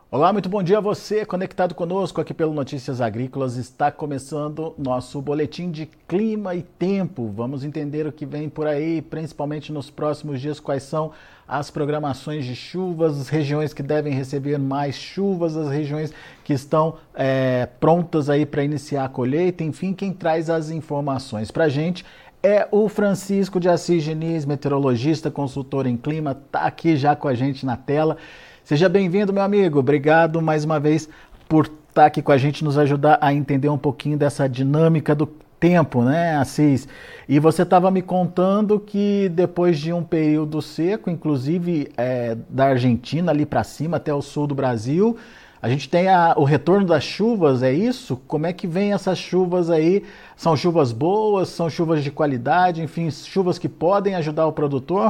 Olá, muito bom dia a você, conectado conosco aqui pelo Notícias Agrícolas. Está começando nosso boletim de clima e tempo. Vamos entender o que vem por aí, principalmente nos próximos dias, quais são as programações de chuvas, as regiões que devem receber mais chuvas, as regiões que estão prontas aí para iniciar a colheita. Enfim, quem traz as informações para a gente é o Francisco de Assis Diniz, meteorologista, consultor em clima, está aqui já com a gente na tela. Seja bem-vindo, meu amigo. Obrigado mais uma vez por estar aqui com a gente, nos ajudar a entender um pouquinho dessa dinâmica do tempo, né, Assis? E você estava me contando que depois de um período seco, inclusive da Argentina ali para cima até o sul do Brasil, a gente tem o retorno das chuvas, é isso? Como é que vem essas chuvas aí? São chuvas boas, são chuvas de qualidade, enfim, chuvas que podem ajudar o produtor?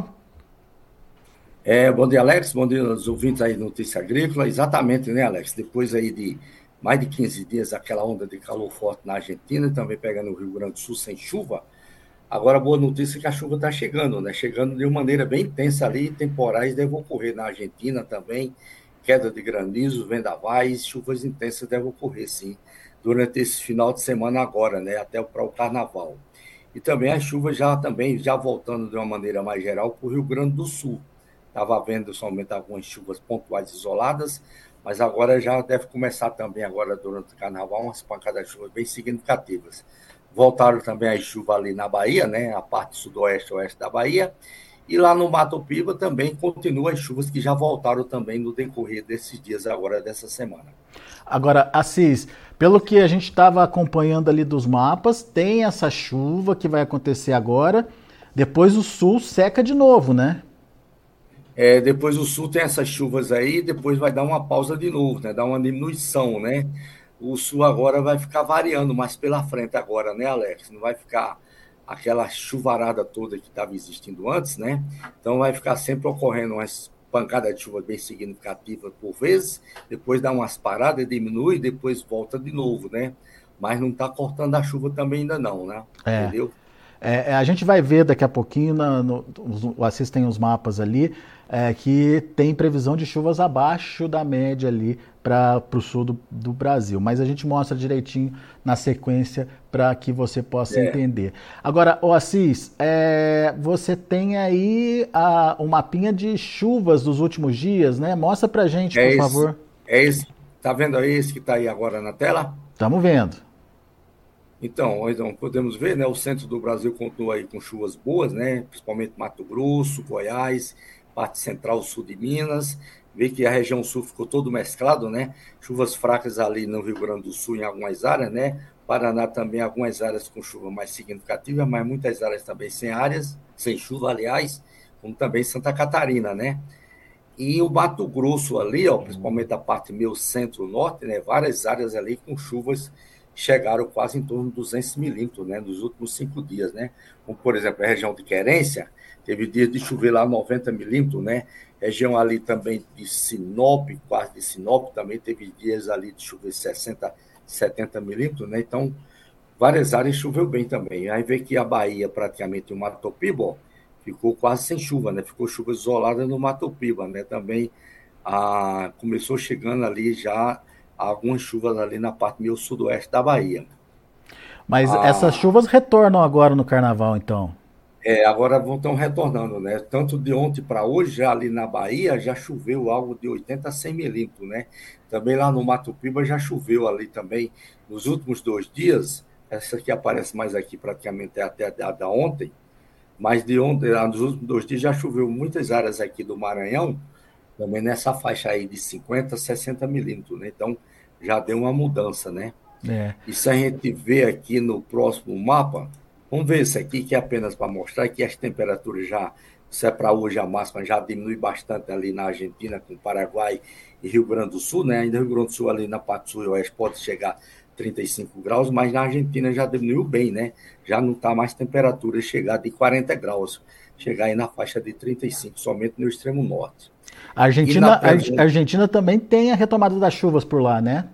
Bom dia, Alex. Bom dia aos ouvintes aí do Notícia Agrícola. Exatamente, né, Alex? Depois aí de mais de 15 dias, aquela onda de calor forte na Argentina, também pegando o Rio Grande do Sul sem chuva. Agora, a boa notícia é que a chuva está chegando, né? Chegando de uma maneira bem intensa ali. Temporais devem ocorrer na Argentina também. Queda de granizo, vendavais, chuvas intensas devem ocorrer, sim, durante esse final de semana agora, né? Até para o Carnaval. E também as chuvas já voltando de uma maneira mais geral para o Rio Grande do Sul. Estava havendo somente algumas chuvas pontuais isoladas, mas agora já deve começar também, agora durante o carnaval, umas pancadas de chuva bem significativas. Voltaram também as chuvas ali na Bahia, né, a parte sudoeste e oeste da Bahia, e lá no Mato Piba também continuam as chuvas que já voltaram também no decorrer desses dias agora, dessa semana. Agora, Assis, pelo que a gente estava acompanhando ali dos mapas, tem essa chuva que vai acontecer agora, depois o sul seca de novo, né? Depois o sul tem essas chuvas aí, depois vai dar uma pausa de novo, né? Dar uma diminuição, né? O sul agora vai ficar variando mais pela frente agora, né, Alex? Não vai ficar aquela chuvarada toda que estava existindo antes, né? Então vai ficar sempre ocorrendo umas pancadas de chuva bem significativas por vezes, depois dá umas paradas, diminui, depois volta de novo, né? Mas não está cortando a chuva também ainda não, né? É. Entendeu? A gente vai ver daqui a pouquinho, o Assis tem os mapas ali, que tem previsão de chuvas abaixo da média ali para o sul do Brasil. Mas a gente mostra direitinho na sequência para que você possa É, entender. Agora, o Assis, você tem aí um mapinha de chuvas dos últimos dias, né? Mostra para gente, por é esse, favor. é esse, tá vendo aí esse que está aí agora na tela? Estamos vendo. Então, podemos ver, né, o centro do Brasil continua aí com chuvas boas, né, principalmente Mato Grosso, Goiás, parte central sul de Minas. Vê que a região sul ficou todo mesclado, né? Chuvas fracas ali no Rio Grande do Sul em algumas áreas, né? Paraná também algumas áreas com chuva mais significativa, mas muitas áreas também sem áreas, sem chuva, aliás, como também Santa Catarina, né? E o Mato Grosso ali, ó, principalmente a parte meio centro-norte, né, várias áreas ali com chuvas chegaram quase em torno de 200 milímetros, né, nos últimos 5 dias, né? Como, por exemplo, a região de Querência, teve dias de chover lá 90 milímetros, né? Região ali também de Sinop, quase de Sinop, também teve dias ali de chover 60, 70 milímetros, né? Então, várias áreas choveu bem também. Aí vê que a Bahia, praticamente, o Mato Piba, ficou quase sem chuva, né? Ficou chuva isolada no Mato Piba, né? Também começou chegando ali já algumas chuvas ali na parte meio sudoeste da Bahia. Mas essas Ah, chuvas retornam agora no carnaval, então. agora estão retornando, né? Tanto de ontem para hoje, já ali na Bahia, já choveu algo de 80 a 100 milímetros, né? Também lá no Mato Piba já choveu ali também. Nos últimos 2 dias, essa que aparece mais aqui praticamente é até a da ontem, mas de ontem, nos últimos 2 dias, já choveu muitas áreas aqui do Maranhão, também nessa faixa aí de 50 a 60 milímetros, né? Então, já deu uma mudança, né? É. E se a gente vê aqui no próximo mapa, vamos ver esse aqui, que é apenas para mostrar que as temperaturas já, se é para hoje a máxima, já diminui bastante ali na Argentina, com Paraguai e Rio Grande do Sul, né? Ainda Rio Grande do Sul ali na parte sul e oeste pode chegar a 35 graus, mas na Argentina já diminuiu bem, né? Já não está mais temperatura chegar de 40 graus, chegar aí na faixa de 35, somente no extremo norte. A E na Argentina, a previsão Argentina também tem a retomada das chuvas por lá, né?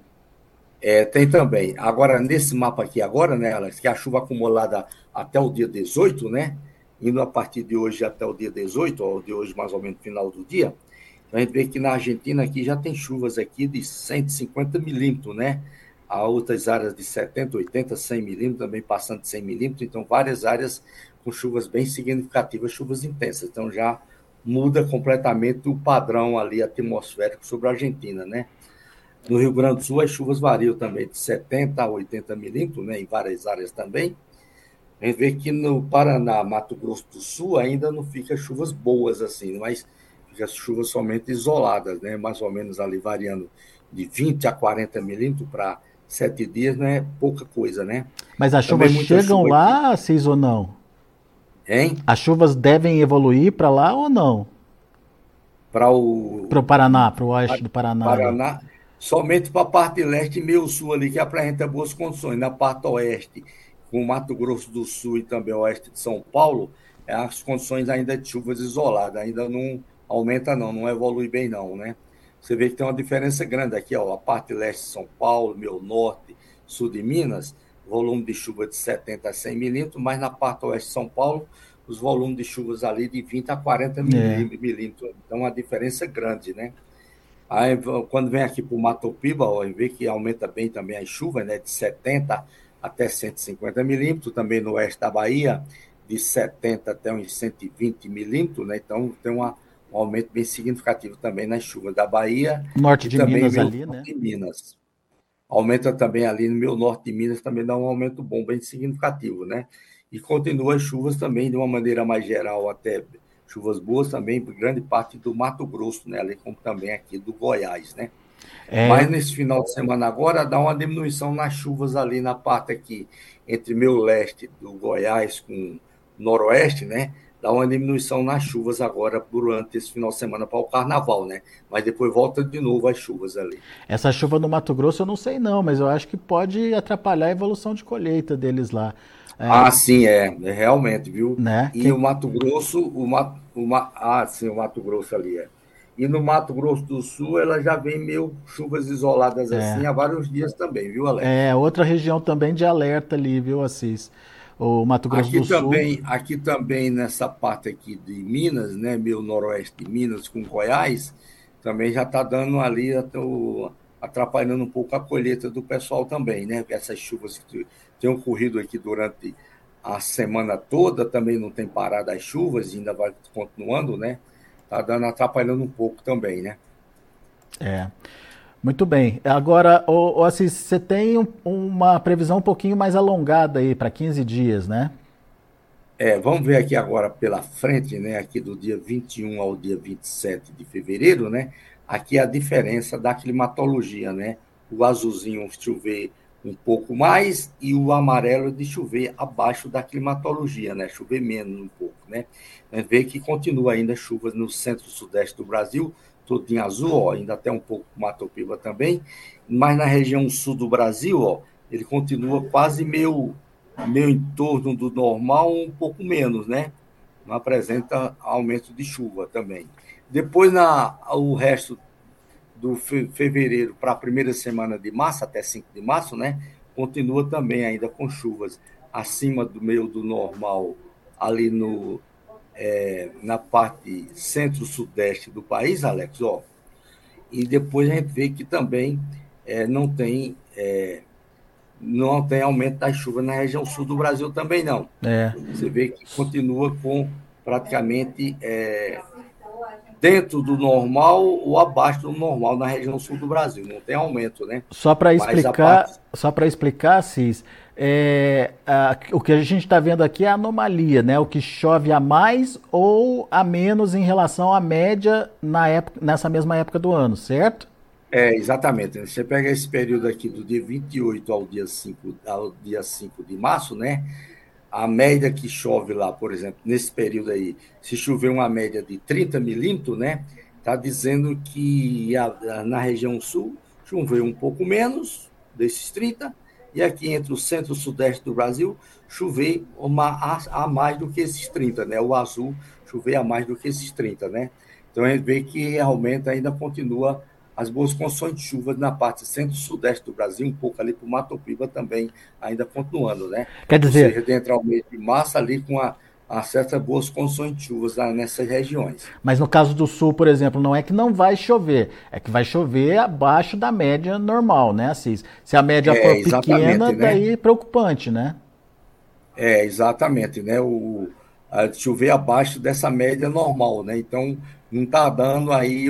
tem também. Agora, nesse mapa aqui agora, né, Alex, que é a chuva acumulada até o dia 18, né? Indo a partir de hoje até o dia 18, ou de hoje mais ou menos final do dia, A gente vê que na Argentina aqui já tem chuvas aqui de 150 milímetros, né? Há outras áreas de 70, 80, 100 milímetros, também passando de 100 milímetros, então várias áreas com chuvas bem significativas, chuvas intensas. Então já muda completamente o padrão ali atmosférico sobre a Argentina, né? No Rio Grande do Sul, as chuvas variam também de 70 a 80 milímetros, né? Em várias áreas também. A gente vê que no Paraná, Mato Grosso do Sul, ainda não fica chuvas boas assim, mas fica chuvas somente isoladas, né? Mais ou menos ali variando de 20 a 40 milímetros para 7 dias, não é pouca coisa, né? Mas as Também chuvas muita chegam chuva aqui, lá, Cis, ou não? hein? As chuvas devem evoluir para lá ou não? Para Para o o Paraná, para o oeste do Paraná ali. Paraná, somente para a parte leste e meio sul ali, que apresenta boas condições. Na parte oeste, com Mato Grosso do Sul e também oeste de São Paulo, as condições ainda de chuvas isoladas, ainda não aumenta não, não evolui bem não, né? Você vê que tem uma diferença grande aqui, ó, a parte leste de São Paulo, meio norte, sul de Minas, volume de chuva de 70 a 100 milímetros, mas na parte oeste de São Paulo, os volumes de chuvas ali de 20 a 40 É. milímetros. Então, uma diferença grande, né? Aí, quando vem aqui para o Mato Piba, ó, vê que aumenta bem também as chuvas, né, de 70 até 150 milímetros, também no oeste da Bahia, de 70 até uns 120 milímetros, né, então tem um aumento bem significativo também nas chuvas da Bahia Norte e de também Minas meu ali, norte né? de Minas. Aumenta também ali no meu norte de Minas, também dá um aumento bom, bem significativo, né? E continua as chuvas também, de uma maneira mais geral, até chuvas boas também, por grande parte do Mato Grosso, né? Ali como também aqui do Goiás, né? É, Mas nesse final de semana agora dá uma diminuição nas chuvas ali na parte aqui entre meu leste do Goiás com noroeste, né? Dá uma diminuição nas chuvas agora durante esse final de semana para o carnaval, né? Mas depois volta de novo as chuvas ali. essa chuva no Mato Grosso eu não sei não, mas eu acho que pode atrapalhar a evolução de colheita deles lá. É, Ah, sim, realmente, viu? né? E o Mato Grosso, sim, o Mato Grosso ali é. E no Mato Grosso do Sul, ela já vem meio chuvas isoladas É, assim há vários dias também, viu, Alex? é outra região também de alerta ali, viu, Assis? O Mato Grosso do Sul. Aqui também nessa parte aqui de Minas, né, meu noroeste de Minas com Goiás, também já está dando ali, atrapalhando um pouco a colheita do pessoal também, né? Essas chuvas que têm ocorrido aqui durante a semana toda, também não tem parado as chuvas, ainda vai continuando, né? Está dando, atrapalhando um pouco também, né? É. Muito bem. Agora, Assis, você tem uma previsão um pouquinho mais alongada aí, para 15 dias, né? Vamos ver aqui agora pela frente, né? Aqui do dia 21 ao dia 27 de fevereiro, né? Aqui a diferença da climatologia, né? O azulzinho chover um pouco mais e o amarelo de chover abaixo da climatologia, né? Chover menos um pouco, né? A gente vê que continua ainda chuvas no centro-sudeste do Brasil, tudo em azul, ó, ainda até um pouco Mato Piba também, mas na região sul do Brasil, ó, ele continua quase meio em torno do normal, um pouco menos, né? Não apresenta aumento de chuva também. Depois, o resto do fevereiro para a primeira semana de março, até 5 de março, né? Continua também ainda com chuvas acima do meio do normal, ali na parte centro-sudeste do país, Alex, ó. E depois a gente vê que também não tem aumento das chuvas na região sul do Brasil também, não. É. Você vê que continua com praticamente dentro do normal ou abaixo do normal na região sul do Brasil. Não tem aumento, né? Mas a parte. Só para explicar, Cis, o que a gente está vendo aqui é a anomalia, né? O que chove a mais ou a menos em relação à média nessa mesma época do ano, certo? Exatamente. Você pega esse período aqui do dia 28 ao dia 5 de março, né? A média que chove lá, por exemplo, nesse período aí, se chover uma média de 30 milímetros, né? Está dizendo que na região sul choveu um pouco menos desses 30, e aqui entre o centro e o sudeste do Brasil chover a mais do que esses 30, né? O azul chover a mais do que esses 30, né? Então a gente vê que realmente ainda continua as boas condições de chuva na parte centro-sudeste do Brasil, um pouco ali para o Mato Piba também, ainda continuando, né? Quer Ou dizer, seja, dentro ao mês de março, ali com a certas boas condições de chuvas nessas regiões. Mas no caso do sul, por exemplo, não é que não vai chover, é que vai chover abaixo da média normal, né, Assis? Se a média for pequena, Exatamente, né? daí é preocupante, né? Exatamente, né? A chover abaixo dessa média normal, né? Então, não está dando aí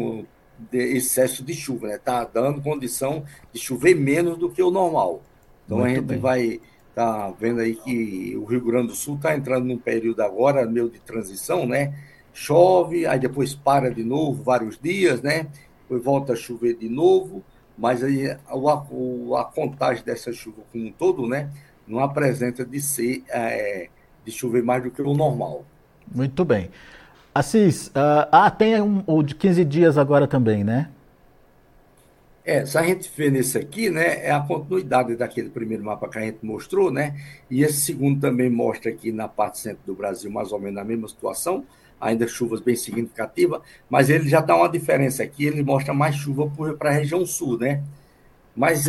excesso de chuva, né? Está dando condição de chover menos do que o normal. Então, a Muito gente bem. vai tá vendo aí que o Rio Grande do Sul está entrando num período agora, meio de transição, né? Chove, aí depois para de novo vários dias, né? Depois volta a chover de novo, mas aí a contagem dessa chuva como um todo, né? Não apresenta de chover mais do que o normal. Muito bem. Assis, tem o de 15 dias agora também, né? Se a gente vê nesse aqui, né, é a continuidade daquele primeiro mapa que a gente mostrou, né, e esse segundo também mostra aqui na parte centro do Brasil mais ou menos a mesma situação, ainda chuvas bem significativas, mas ele já dá uma diferença aqui, ele mostra mais chuva para a região sul, né? Mas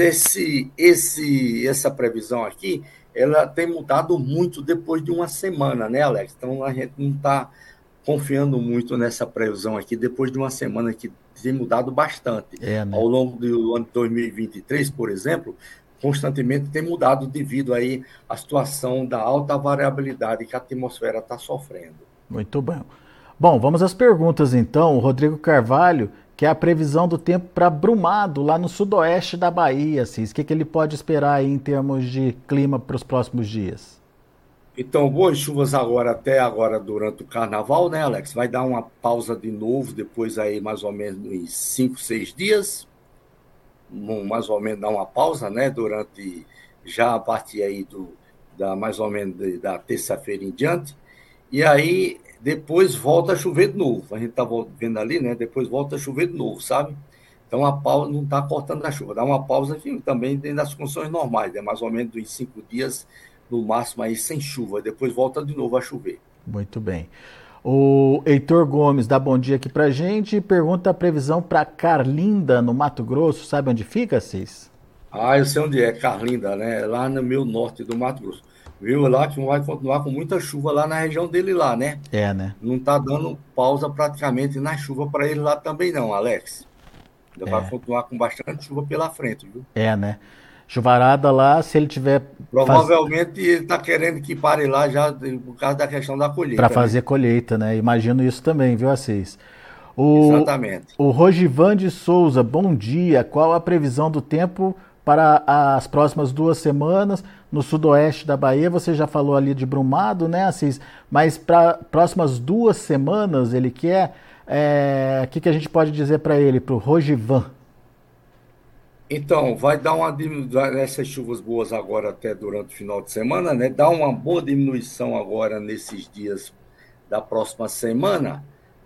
essa previsão aqui, ela tem mudado muito depois de uma semana, né, Alex? Então a gente não está confiando muito nessa previsão aqui, depois de uma semana que tem mudado bastante. É, né? Ao longo do ano de 2023, por exemplo, constantemente tem mudado devido aí à situação da alta variabilidade que a atmosfera está sofrendo. Muito bom. Bom, vamos às perguntas então. O Rodrigo Carvalho, que é a previsão do tempo para Brumado, lá no sudoeste da Bahia, Assis. O que ele pode esperar aí em termos de clima para os próximos dias? Então, boas chuvas agora, até agora, durante o carnaval, né, Alex? Vai dar uma pausa de novo, depois aí mais ou menos em 5, 6 dias, mais ou menos dar uma pausa, né, durante já a partir aí mais ou menos da terça-feira em diante, e aí depois volta a chover de novo. A gente tá vendo ali, né, depois volta a chover de novo, sabe? Então a pausa não está cortando a chuva, dá uma pausa aqui, também dentro das condições normais, né, mais ou menos em 5 dias, no máximo aí sem chuva, depois volta de novo a chover. Muito bem. O Heitor Gomes dá bom dia aqui pra gente e pergunta a previsão para Carlinda, no Mato Grosso. Sabe onde fica, Cis? Eu sei onde é, Carlinda, né? Lá no meio norte do Mato Grosso. Viu lá que vai continuar com muita chuva lá na região dele lá, né? É, né? Não tá dando pausa praticamente na chuva para ele lá também não, Alex. Ainda vai continuar com bastante chuva pela frente, viu? É, né? Chuvarada lá, se ele tiver Provavelmente ele está querendo que pare lá já por causa da questão da para colheita, né? fazer colheita, né? Imagino isso também, viu, Assis? O, Exatamente. o Rogivan de Souza, bom dia. Qual a previsão do tempo para as próximas 2 semanas no sudoeste da Bahia? Você já falou ali de Brumado, né, Assis? Mas para próximas 2 semanas ele quer. O que a gente pode dizer para ele, para o Rogivan? Então, vai dar essas chuvas boas agora até durante o final de semana, né? Dá uma boa diminuição agora nesses dias da próxima semana,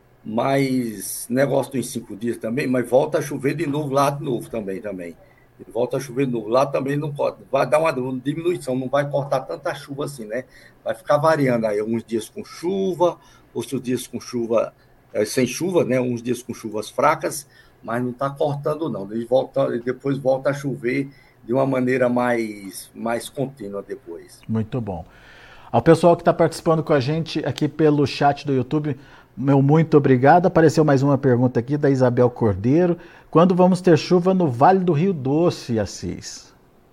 mas negócio em 5 dias também, mas volta a chover de novo lá de novo também. Volta a chover de novo. Lá também não pode, vai dar uma diminuição, não vai cortar tanta chuva assim, né? Vai ficar variando aí, alguns dias com chuva, outros dias com chuva, sem chuva, né? Uns dias com chuvas fracas, mas não está cortando, não. Depois volta a chover de uma maneira mais contínua depois. Muito bom. Ao pessoal que está participando com a gente aqui pelo chat do YouTube, meu muito obrigado. Apareceu mais uma pergunta aqui da Isabel Cordeiro. Quando vamos ter chuva no Vale do Rio Doce, Assis?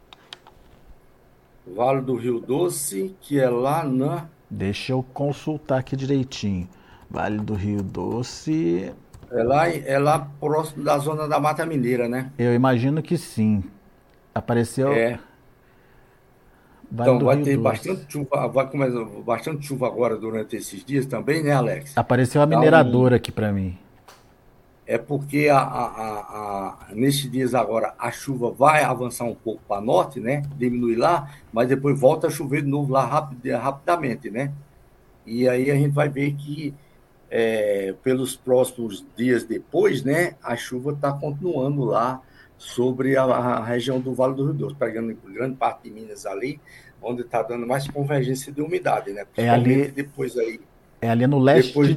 Vale do Rio Doce, que é lá na... Deixa eu consultar aqui direitinho. Vale do Rio Doce. É lá próximo da zona da Mata Mineira, né? Eu imagino que sim. Apareceu É. Vale Então, do vai Rio ter Doce. bastante chuva, vai começar bastante chuva agora durante esses dias também, né, Alex? Apareceu a Dá um, mineradora aqui para mim. É porque nesses dias agora a chuva vai avançar um pouco para norte, né? Diminuir lá, mas depois volta a chover de novo lá rapidamente, né? E aí a gente vai ver que pelos próximos dias depois, né? A chuva está continuando lá sobre a região do Vale do Rio Doce, pegando grande parte de Minas ali, onde está dando mais convergência de umidade, né? É Principalmente ali, depois aí, é ali no leste depois de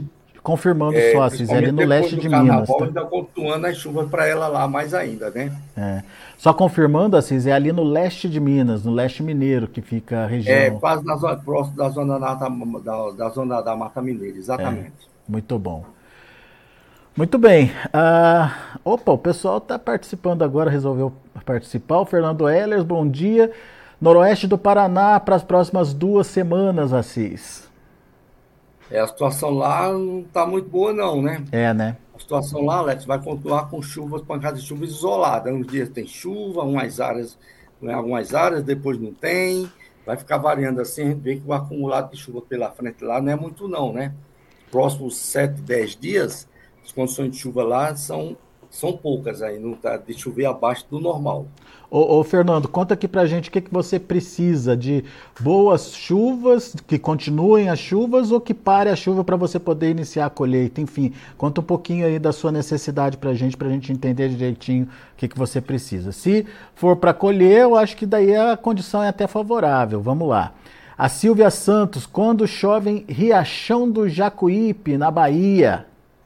confirmando só, Assis, é ali no leste de Minas. Tá? Ainda continuando as chuvas para ela lá mais ainda, né? Só confirmando, Assis, é ali no leste de Minas, no leste mineiro, que fica a região. Quase próximo da zona da Mata Mineira, exatamente. Muito bom. Muito bem. Opa, o pessoal está participando agora, resolveu participar. O Fernando Ehlers, bom dia. Noroeste do Paraná para as próximas 2 semanas, Assis. A situação lá não está muito boa não, né? Né? A situação lá, Alex, vai continuar com chuvas, pancadas de chuva isoladas. Uns dias tem chuva, algumas áreas, depois não tem. Vai ficar variando assim, a gente vê que o acumulado de chuva pela frente lá não é muito não, né? Próximos 7, 10 dias, as condições de chuva lá são poucas aí, não tá de chover abaixo do normal. Ô Fernando, conta aqui pra gente o que você precisa de boas chuvas, que continuem as chuvas ou que pare a chuva para você poder iniciar a colheita. Enfim, conta um pouquinho aí da sua necessidade pra gente entender direitinho o que você precisa. Se for para colher, eu acho que daí a condição é até favorável. Vamos lá. A Silvia Santos, quando chove em Riachão do Jacuípe, na Bahia?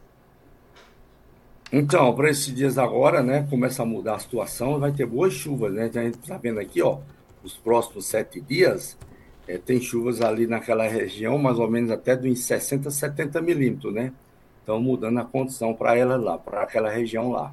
Então, para esses dias agora, né, começa a mudar a situação, vai ter boas chuvas, né? A gente está vendo aqui, ó, os próximos 7 dias, tem chuvas ali naquela região, mais ou menos até de uns 60, 70 milímetros, né? Então, mudando a condição para ela lá, para aquela região lá.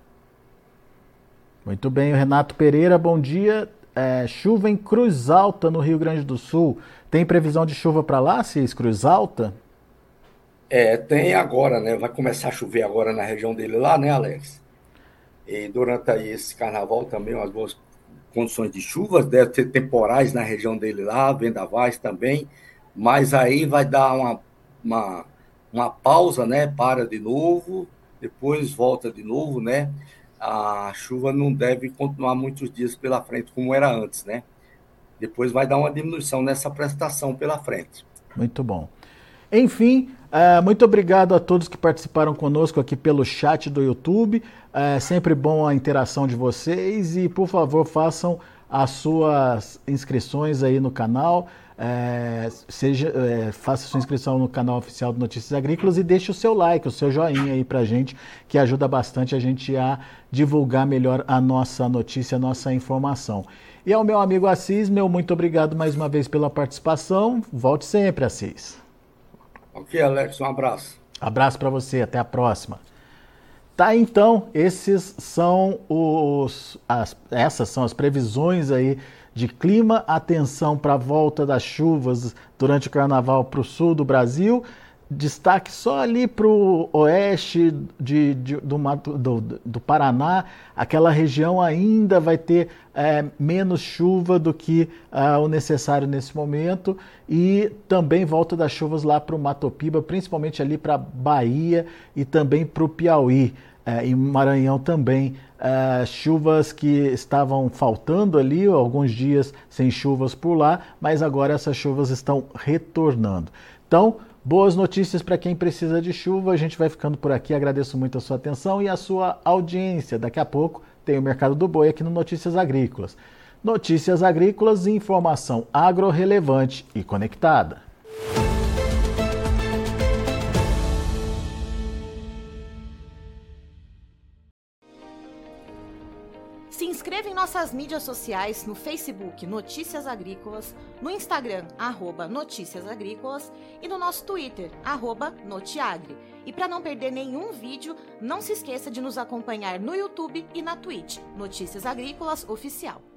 Muito bem, o Renato Pereira, bom dia. Chuva em Cruz Alta, no Rio Grande do Sul. Tem previsão de chuva para lá, Cis, Cruz Alta? Tem agora, né? Vai começar a chover agora na região dele lá, né, Alex? E durante aí esse carnaval também, umas boas condições de chuvas, deve ter temporais na região dele lá, vendavais também, mas aí vai dar uma pausa, né? Para de novo, depois volta de novo, né? A chuva não deve continuar muitos dias pela frente como era antes, né? Depois vai dar uma diminuição nessa prestação pela frente. Muito bom. Enfim, muito obrigado a todos que participaram conosco aqui pelo chat do YouTube. Sempre bom a interação de vocês e, por favor, façam as suas inscrições aí no canal. Faça sua inscrição no canal oficial do Notícias Agrícolas e deixe o seu like, o seu joinha aí pra gente, que ajuda bastante a gente a divulgar melhor a nossa notícia, a nossa informação. E ao meu amigo Assis, muito obrigado mais uma vez pela participação. Volte sempre, Assis. Ok, Alex, um abraço. Abraço para você, até a próxima. Tá, então, essas são as previsões aí de clima. Atenção para a volta das chuvas durante o carnaval para o sul do Brasil. Destaque só ali para o oeste do Paraná. Aquela região ainda vai ter menos chuva do que o necessário nesse momento. E também volta das chuvas lá para o Mato Piba, principalmente ali para Bahia e também para o Piauí. E Maranhão também. Chuvas que estavam faltando ali, alguns dias sem chuvas por lá, mas agora essas chuvas estão retornando. Então, boas notícias para quem precisa de chuva. A gente vai ficando por aqui. Agradeço muito a sua atenção e a sua audiência. Daqui a pouco tem o Mercado do Boi aqui no Notícias Agrícolas. Notícias Agrícolas, informação agro-relevante e conectada. Se inscreva em nossas mídias sociais, no Facebook Notícias Agrícolas, no Instagram @Notícias Agrícolas e no nosso Twitter @Notiagre. E para não perder nenhum vídeo, não se esqueça de nos acompanhar no YouTube e na Twitch, Notícias Agrícolas Oficial.